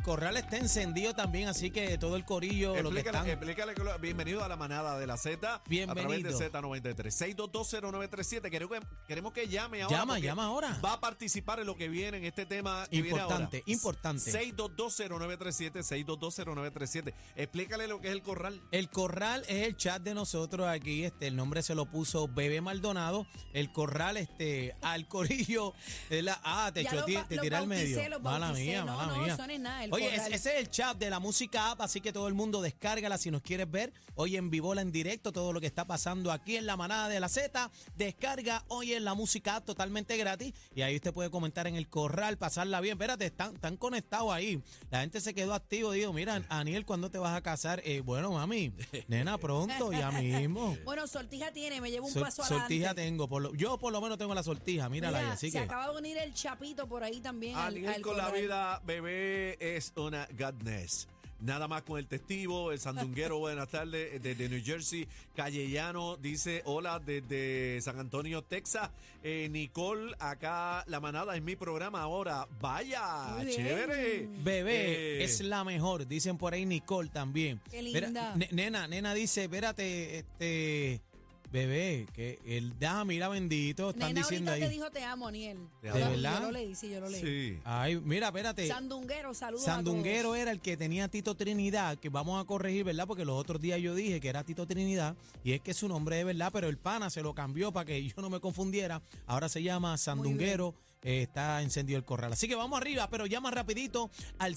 corral está encendido también, así que todo el corillo, lo que están... Explícale bienvenido a la manada de la Z. Bienvenido. A través de Z93. 6220937. Queremos que llame ahora. Llama ahora. Va a participar en lo que viene, en este tema que Importante, viene ahora. importante. 6220937. 6220937. Explícale lo que es el corral. El corral es el chat de nosotros aquí, el nombre se lo puso Bebé Maldonado. El corral, al corillo, te tiré al medio. Mala mía. Eso no es nada. Oye, ese es el chat de la música app, así que todo el mundo descárgala si nos quieres ver. Hoy en Vivola en directo, todo lo que está pasando aquí en la manada de la Z. Descarga hoy en la música app totalmente gratis. Y ahí usted puede comentar en el corral, pasarla bien. Espérate, están conectados ahí. La gente se quedó activo. Digo, mira, Aniel, ¿cuándo te vas a casar? Bueno, mami, nena, pronto, ya mismo. Bueno, sortija tiene, me llevo un paso adelante. Sortija tengo, yo por lo menos tengo la sortija, mírala ahí, así se que... acaba de unir el Chapito por ahí también Aniel con la corral. vida, bebé, es una godness. Nada más con el testigo, el sandunguero, buenas tardes, desde New Jersey. Callellano dice, hola, desde San Antonio, Texas. Nicole, acá la manada es mi programa ahora. Vaya, Muy bien. chévere. Bebé es la mejor, dicen por ahí Nicole también. Qué linda. Nena dice, espérate, bebé, que mira, bendito, están Nena diciendo ahorita ahí. te dijo te amo, Aniel. ¿De verdad? Yo lo leí, sí, yo lo leí. Sí. Ay, mira, espérate. Sandunguero, saludos Sandunguero a todos. era el que tenía Tito Trinidad, que vamos a corregir, ¿verdad? Porque los otros días yo dije que era Tito Trinidad, y es que su nombre es verdad, pero el pana se lo cambió para que yo no me confundiera. Ahora se llama Sandunguero, está encendido el corral. Así que vamos arriba, pero llama rapidito al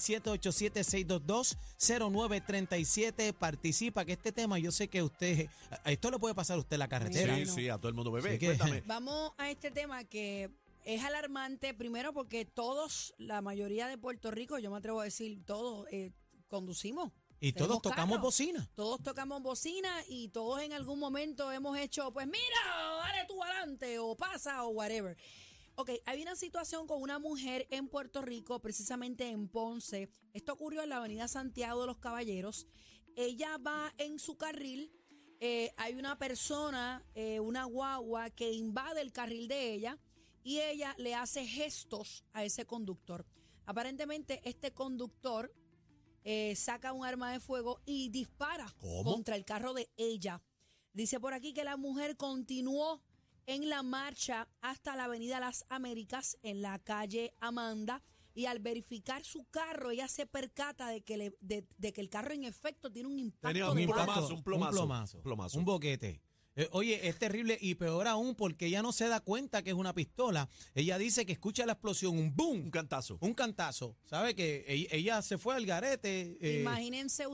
787-622-0937. Participa, que este tema yo sé que esto le puede pasar a usted en la carretera. Sí, a todo el mundo, bebé. Así que- Cuéntame. Vamos a este tema que es alarmante, primero porque la mayoría de Puerto Rico, yo me atrevo a decir todos, conducimos. Y Tenemos todos tocamos carro. bocina. Todos tocamos bocina y todos en algún momento hemos hecho, pues mira, dale tú adelante o pasa o whatever. Ok, hay una situación con una mujer en Puerto Rico, precisamente en Ponce. Esto ocurrió en la avenida Santiago de los Caballeros. Ella va en su carril. Hay una persona, una guagua, que invade el carril de ella y ella le hace gestos a ese conductor. Aparentemente, este conductor saca un arma de fuego y dispara contra el carro de ella. Dice por aquí que la mujer continuó en la marcha hasta la avenida Las Américas, en la calle Amanda, y al verificar su carro, ella se percata de que el carro en efecto tiene un impacto Tenía de un bala. plomazo. Un boquete. Oye, es terrible y peor aún porque ella no se da cuenta que es una pistola. Ella dice que escucha la explosión, un boom. Un cantazo. Un cantazo. ¿Sabe? Que ella se fue al garete. Imagínense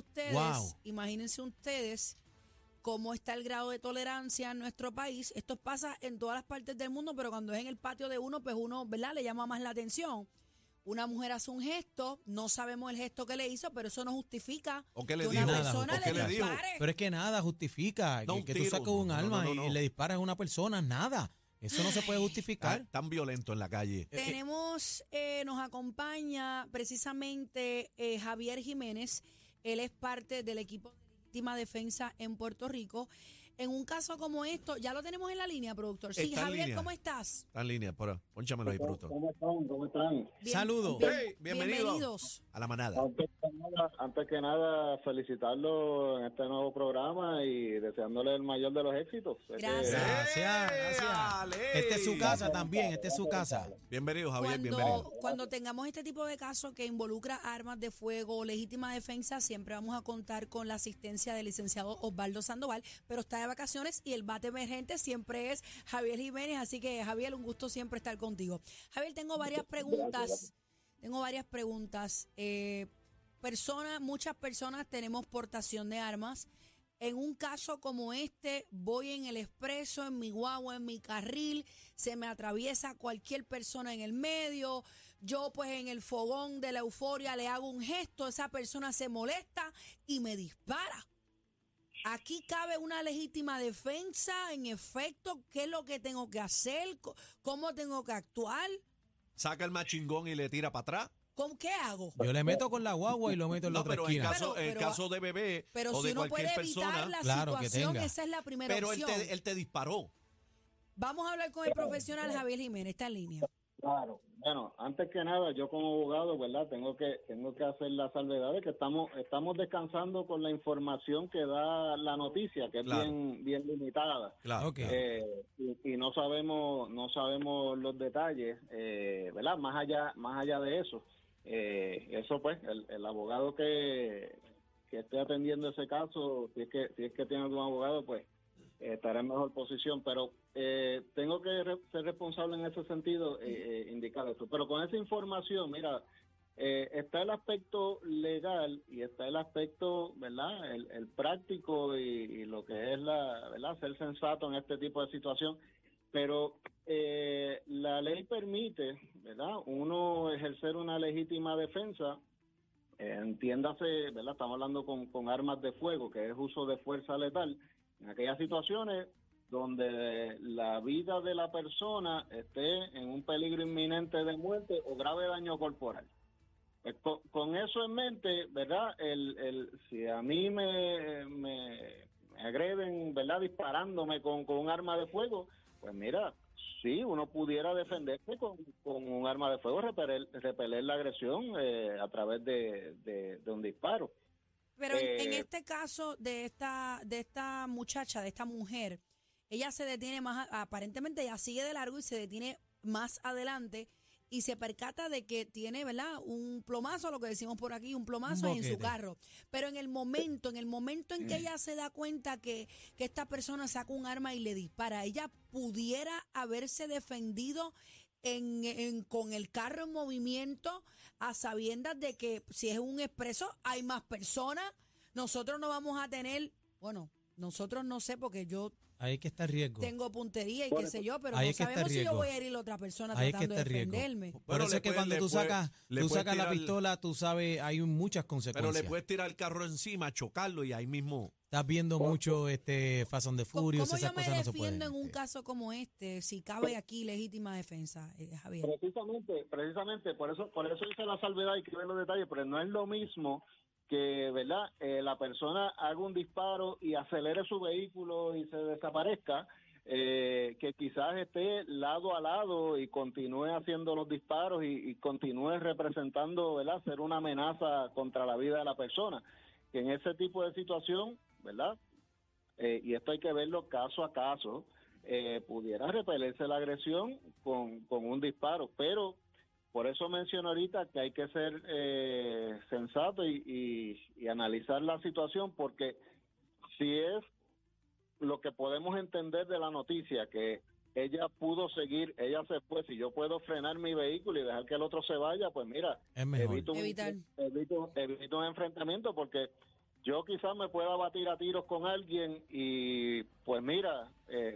ustedes cómo está el grado de tolerancia en nuestro país. Esto pasa en todas las partes del mundo, pero cuando es en el patio de uno, pues uno, ¿verdad?, le llama más la atención. Una mujer hace un gesto, no sabemos el gesto que le hizo, pero eso no justifica ¿O qué le que dijo? una Nada, persona ¿o qué le le dijo? dispare. Pero es que nada justifica No, un que tú tiro, saques un no, arma no, no. y le disparas a una persona. Nada. Eso no se puede justificar. Tan violento en la calle. Nos acompaña precisamente Javier Jiménez. Él es parte del equipo de legítima defensa en Puerto Rico. En un caso como esto, ya lo tenemos en la línea, productor. Sí, Está en Javier, línea. ¿cómo estás? Está en línea, pónchamelo ahí, bruto. ¿Cómo están? ¿Cómo están? Saludos. Hey, bienvenido. Bienvenidos. A la manada. Antes que nada, felicitarlo en este nuevo programa y deseándole el mayor de los éxitos. Gracias. Gracias. Ale. Esta es su casa también, esta es su casa. Bienvenido, Javier, bienvenido. Cuando tengamos este tipo de casos que involucra armas de fuego o legítima defensa, siempre vamos a contar con la asistencia del licenciado Osvaldo Sandoval, pero está de vacaciones y el bate emergente siempre es Javier Jiménez, así que Javier, un gusto siempre estar contigo. Javier, tengo varias preguntas. Muchas personas tenemos portación de armas. En un caso como este, voy en el expreso, en mi guagua, en mi carril, se me atraviesa cualquier persona en el medio, yo pues en el fogón de la euforia le hago un gesto, esa persona se molesta y me dispara. Aquí cabe una legítima defensa, en efecto, ¿qué es lo que tengo que hacer? ¿Cómo tengo que actuar? Saca el machingón y le tira para atrás. ¿Qué hago? Yo le meto con la guagua y lo meto en la No, otra pero en esquina. caso de bebé Pero o si de uno cualquier puede evitar persona. la Claro, que situación, tenga. esa es la primera Pero opción. él te disparó. Vamos a hablar con el profesional Javier Jiménez, está en línea. Claro. Bueno, antes que nada, yo como abogado, ¿verdad? Tengo que hacer la salvedad de que estamos descansando con la información que da la noticia, que es Claro. bien limitada. Claro, Ok. claro. Y no sabemos los detalles, ¿verdad? Más allá de eso. Eso pues, el abogado que esté atendiendo ese caso, si es que tiene algún abogado, pues estará en mejor posición, pero tengo que ser responsable en ese sentido, indicar eso. Pero con esa información, mira, está el aspecto legal y está el aspecto, ¿verdad? El práctico y lo que es ¿verdad? Ser sensato en este tipo de situación. Pero la ley permite, ¿verdad? Uno ejercer una legítima defensa. Entiéndase, ¿verdad? Estamos hablando con armas de fuego, que es uso de fuerza letal, en aquellas situaciones donde la vida de la persona esté en un peligro inminente de muerte o grave daño corporal. Pues con eso en mente, ¿verdad? Si a mí me agreden, ¿verdad? Disparándome con un arma de fuego, pues mira, sí, uno pudiera defenderse con un arma de fuego, repeler la agresión a través de un disparo. Pero en Eh, este caso de esta muchacha, de esta mujer, ella se detiene más, aparentemente ella sigue de largo y se detiene más adelante y se percata de que tiene, ¿verdad? Un plomazo, lo que decimos por aquí, un plomazo en su boquete. carro. Pero en el momento en que ella se da cuenta que esta persona saca un arma y le dispara, ella pudiera haberse defendido con el carro en movimiento, a sabiendas de que si es un expreso hay más personas, nosotros no vamos a tener, bueno, nosotros no sé porque yo Ahí es que está el riesgo. tengo puntería y Bueno, qué sé yo, pero ahí no es que está el sabemos si yo riesgo. voy a herir a otra persona Ahí es que tratando está de el riesgo. defenderme. Por Bueno, eso le es que puedes- cuando le tú puedes- sacas, le tú puedes sacas la tirar- pistola, tú sabes, hay muchas Pero consecuencias. le puedes tirar el carro encima, chocarlo y ahí mismo. Estás viendo mucho Fast and the Furious, ¿Cómo esas yo me cosas no se pueden. defiendo en un caso como este, si cabe aquí legítima defensa, Javier? Precisamente, por eso hice la salvedad y que ver los detalles, pero no es lo mismo que, ¿verdad? La persona haga un disparo y acelere su vehículo y se desaparezca, que quizás esté lado a lado y continúe haciendo los disparos y continúe representando, ¿verdad? Ser una amenaza contra la vida de la persona. Que en ese tipo de situación, ¿verdad? Y esto hay que verlo caso a caso, pudiera repelerse la agresión con un disparo, pero por eso menciono ahorita que hay que ser sensato y analizar la situación, porque si es lo que podemos entender de la noticia, que ella pudo seguir, ella se fue, si yo puedo frenar mi vehículo y dejar que el otro se vaya, pues mira, Es mejor. Evitar. evito un enfrentamiento, porque yo quizás me pueda batir a tiros con alguien y pues mira,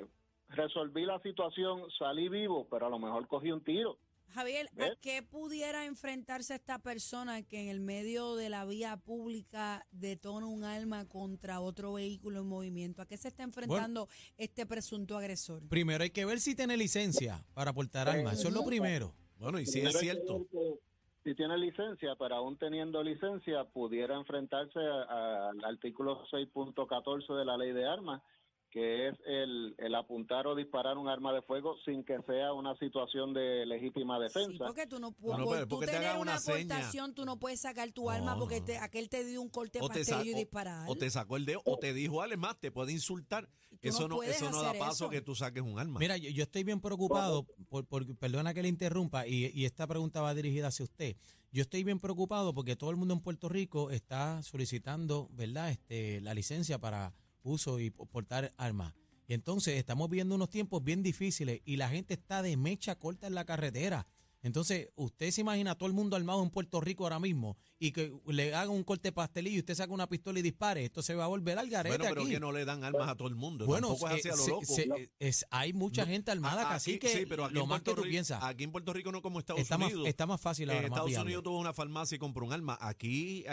resolví la situación, salí vivo, pero a lo mejor cogí un tiro. Javier, ¿a ¿Ves? qué pudiera enfrentarse esta persona que en el medio de la vía pública detona un arma contra otro vehículo en movimiento? ¿A qué se está enfrentando este presunto agresor? Primero hay que ver si tiene licencia para portar armas. Eso es lo primero. Bueno, y si es Primero hay que cierto. ver que si tiene licencia, pero aún teniendo licencia, pudiera enfrentarse al artículo 6.14 de la ley de armas, que es el apuntar o disparar un arma de fuego sin que sea una situación de legítima Sí, defensa. porque tú no Bueno, puedes, pero tú porque te tener haga una una seña. aportación, tú no puedes sacar tu No, arma porque no. aquel te dio un corte O te, pastelillo y sa- disparar. o te sacó el dedo, o te dijo algo más, te puede insultar. Y tú no puedes Eso no da hacer paso eso. que tú saques un arma. Mira, yo estoy bien preocupado, perdona que le interrumpa, y esta pregunta va dirigida hacia usted. Yo estoy bien preocupado porque todo el mundo en Puerto Rico está solicitando, ¿verdad?, la licencia para uso y portar armas. Y entonces estamos viendo unos tiempos bien difíciles y la gente está de mecha corta en la carretera. Entonces, usted se imagina a todo el mundo armado en Puerto Rico ahora mismo y que le haga un corte pastelillo y usted saca una pistola y dispare. Esto se va a volver al garete Bueno, pero aquí. que no le dan armas a todo el mundo. Bueno, Tampoco es así a lo loco. hay mucha gente armada, así que sí, pero aquí lo en más que Puerto tú Rico, piensas. aquí en Puerto Rico no como Estados Está Unidos. más fácil ahora, más Estados viable. Unidos tuvo una farmacia y compró un arma. Aquí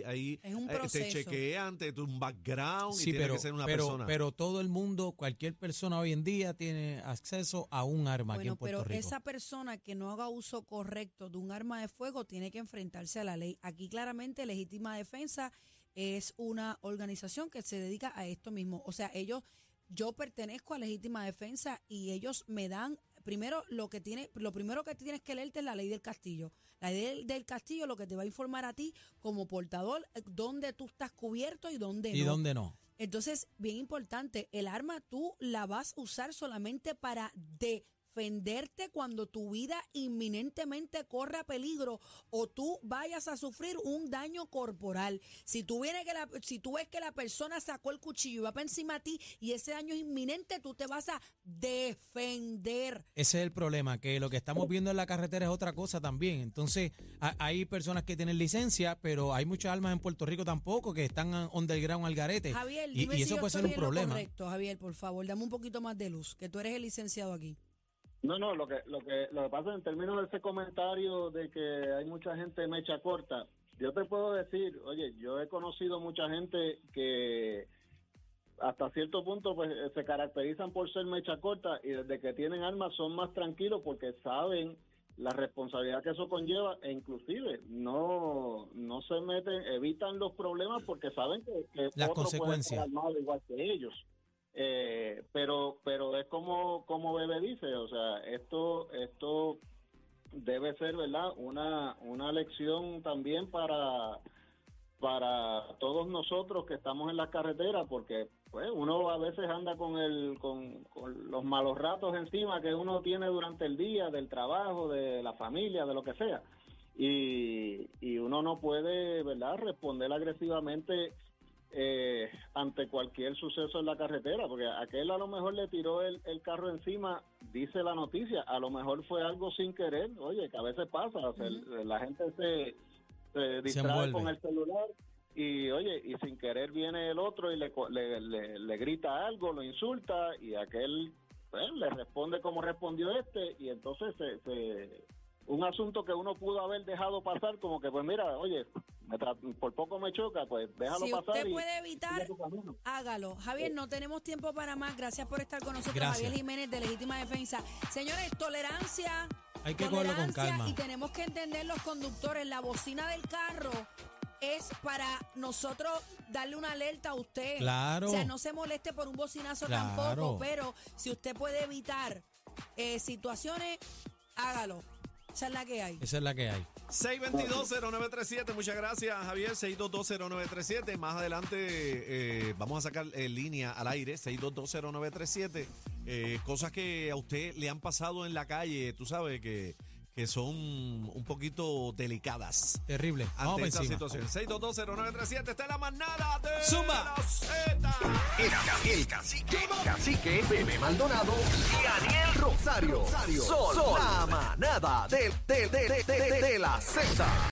Es un te proceso. chequean, te un background y Sí, tiene que ser una persona. pero todo el mundo, cualquier persona hoy en día tiene acceso a un arma aquí Bueno, en Puerto pero Rico. esa persona que no haga uso correcto de un arma de fuego tiene que enfrentarse a la ley. Aquí claramente Legítima Defensa es una organización que se dedica a esto mismo. O sea, yo pertenezco a Legítima Defensa y ellos me dan primero lo primero que tienes que leerte es la ley del castillo. La ley del castillo lo que te va a informar a ti como portador dónde tú estás cubierto y dónde no. ¿Y dónde no? Entonces, bien importante, el arma tú la vas a usar solamente para defenderte cuando tu vida inminentemente corra peligro o tú vayas a sufrir un daño corporal. Si tú ves que la persona sacó el cuchillo y va para encima de ti y ese daño es inminente, tú te vas a defender. Ese es el problema, que lo que estamos viendo en la carretera es otra cosa también. Entonces, hay personas que tienen licencia, pero hay muchas armas en Puerto Rico tampoco que están underground al garete. Javier, y dime si eso yo puede ser estoy un en lo problema. correcto, Javier, por favor, dame un poquito más de luz, que tú eres el licenciado aquí. No, lo que pasa en términos de ese comentario de que hay mucha gente mecha corta, yo te puedo decir, oye, yo he conocido mucha gente que hasta cierto punto pues se caracterizan por ser mecha corta y desde que tienen armas son más tranquilos porque saben la responsabilidad que eso conlleva e inclusive no se meten, evitan los problemas porque saben que las otro puede consecuencias estar armado igual que ellos. Pero es como Bebe dice, o sea, esto debe ser, ¿verdad? Una lección también para todos nosotros que estamos en las carreteras, porque pues uno a veces anda con los malos ratos encima que uno tiene durante el día, del trabajo, de la familia, de lo que sea, y uno no puede, ¿verdad?, responder agresivamente ante cualquier suceso en la carretera, porque aquel a lo mejor le tiró el carro encima, dice la noticia, a lo mejor fue algo sin querer, oye, que a veces pasa, o sea, la gente se distrae con el celular y oye, y sin querer viene el otro y le grita algo, lo insulta y aquel pues, le responde como respondió y entonces un asunto que uno pudo haber dejado pasar, como que pues mira, oye, por poco me choca, pues déjalo pasar. Si usted puede evitar, hágalo. Javier, no tenemos tiempo para más. Gracias por estar con nosotros. Gracias. Javier Jiménez de Legítima Defensa. Señores, tolerancia. Hay que cogerlo con calma. Y tenemos que entender los conductores, la bocina del carro es para nosotros darle una alerta a usted. Claro. O sea, no se moleste por un bocinazo Claro. tampoco, pero si usted puede evitar situaciones, hágalo. Esa es la que hay. Esa es la que hay. 6220937, muchas gracias, Javier. 6220937. Más adelante vamos a sacar línea al aire, 6220937. Cosas que a usted le han pasado en la calle, tú sabes que son un poquito delicadas. Terrible. Vamos Ante para esta encima. situación. 6220937, está en la manada de Zumba. la Z. El cacique, Bebé Maldonado y Daniel Rosario. Son la manada de la Z.